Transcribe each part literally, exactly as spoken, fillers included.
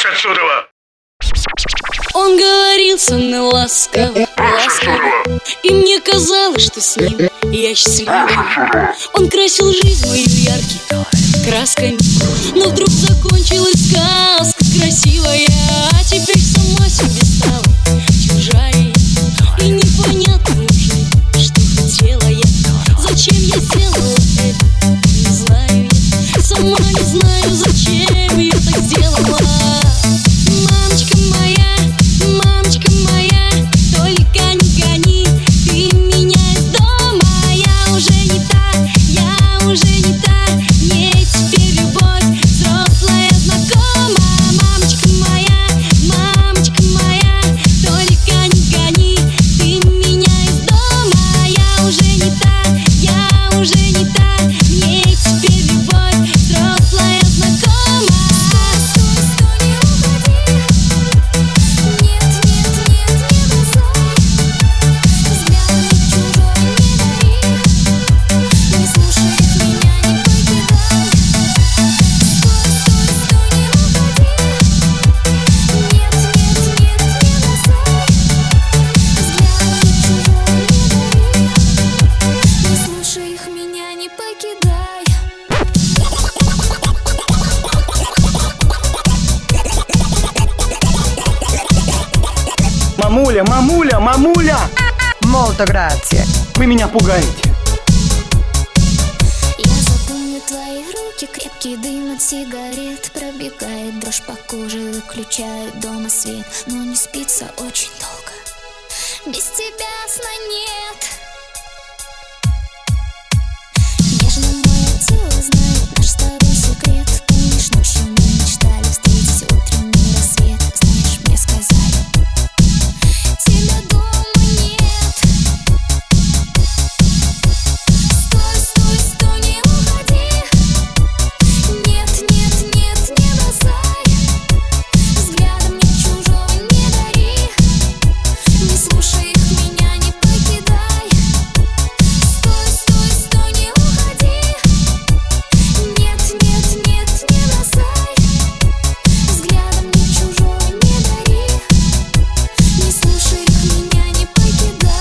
Марш отсюда! Он говорил со мной ласково, ласково, и мне казалось, что с ним я счастлива. Он красил жизнь мою яркими красками, но вдруг закончилась сказка красивая. А теперь сама себе стала чужая, и непонятно уже, что хотела я. Зачем я сделала это, не знаю я. Сама не знаю, зачем я так сделала. Мамочка моя, мамочка моя, только не гони ты меня из дома. Я уже не та, я уже не та, мне теперь любовь взрослая знакома. Мамочка моя, мамочка моя, только не гони ты меня из дома. Я уже не та, я уже не та, мне теперь любовь взрослая знакома. Стой, стой, не уходи. Нет, нет, нет, не бросай. Взглядом чужой не дари. Не слушай меня, не покидай. Стой, стой, стой, не уходи. Нет, нет, нет, не бросай. Взглядом чужой не дари. Не слушай их, меня не покидай. Мамуля, мамуля, мамуля! Молто грация. Вы меня пугаете. Я запомню твои руки, крепкий дым от сигарет. Пробегает дрожь по коже, выключают дома свет. Но не спится очень долго, без тебя сна нет. Нежно мое тело знает наш с тобой секрет. Помнишь, ночью мы мечтали встретить утренний рассвет. Знаешь, мне сказали, тебя дома нет. Стой, стой, стой, не уходи. Нет, нет, нет, не бросай. Взглядом мне чужой не дари. Не слушай их, меня не покидай. Стой, стой, стой, не уходи. Нет, нет, нет, не бросай. Взглядом мне чужой не дари. Не слушай их, меня не покидай.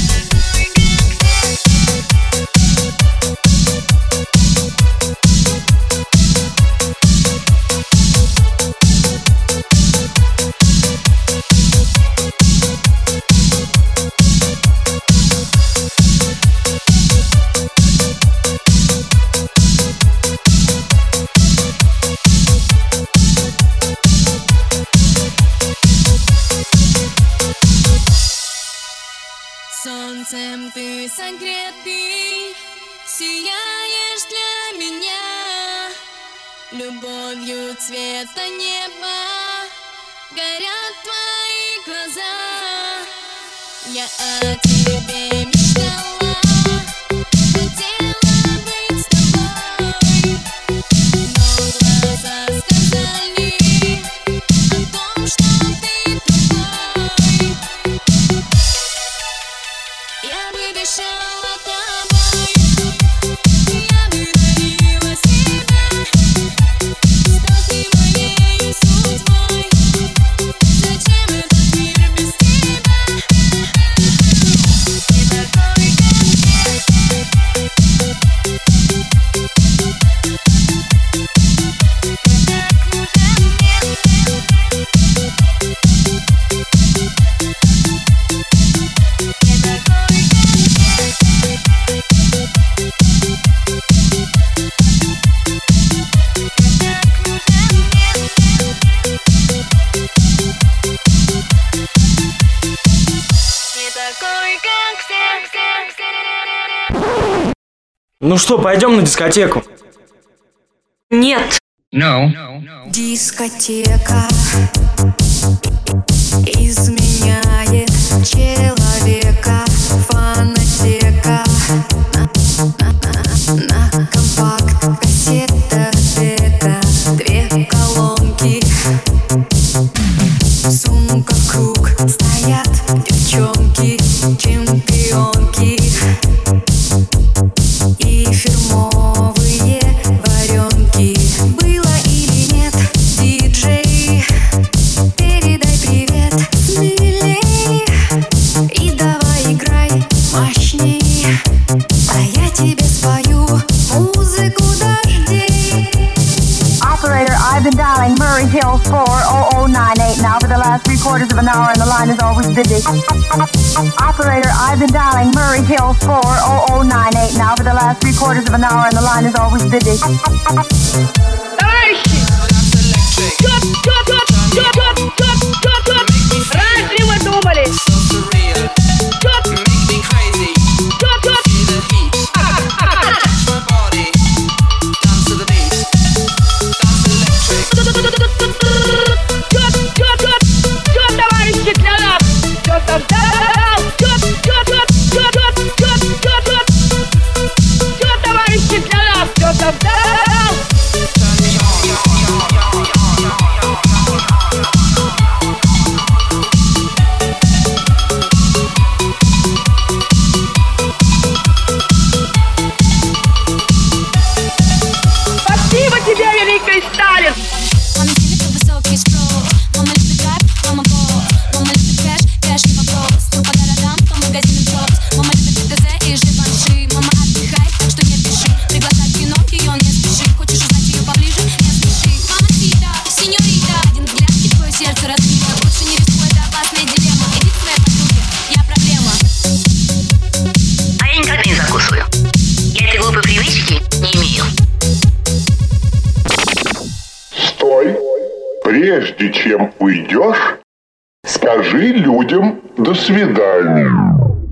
Солнцем ты согретый, сияешь для меня. Любовью цвета неба горят твои глаза. Я о тебе мечтала, хотела быть с тобой, но глаза сказали о том, что ты другой. Я бы дышала тобой, я бы дарила себя. Стал ты моей судьбой. Зачем этот мир без тебя? Ты такой, как все, все, все. Ну что, пойдем на дискотеку? Нет. No. Дискотека изменяет человека. Фонотека на, на, на компакт-кассетах дека. Две колонки, сумка, круг. Стоят девчонки, чемпионки и фирмовые варенки. Было или нет, диджей? dialing Murray Hill four oh oh nine eight now for the last three quarters of an hour and the line is always busy. Operator, I've been dialing Murray Hill four oh oh nine eight now for the last three quarters of an hour and the line is always busy. Товарищи! Чё, чё, чё, чё, чё, чё, чё, чё? Разве вы думали? Чё, чё, чё? Спасибо тебе, великий Сталин! Мама сидит высокий спрос. Мама любит кайф, мама босс. Мама любит кэш, кэш не вопрос. То по городам, по магазинам джобс. Мама любит ТТЗ и Живанши. Мама отдыхает, так что не пиши. Приглашать в кино, ее не спеши. Хочешь узнать ее поближе, не спеши. Мама сита, сеньорита. Один взгляд, и твое сердце разбито. Лучше не рискуй, это опасная дилемма. Иди к своей подруге, я проблема. А я никогда не закусываю. Я этой глупой привычки не имею. Стой! Прежде чем уйдешь, скажи людям «до свидания».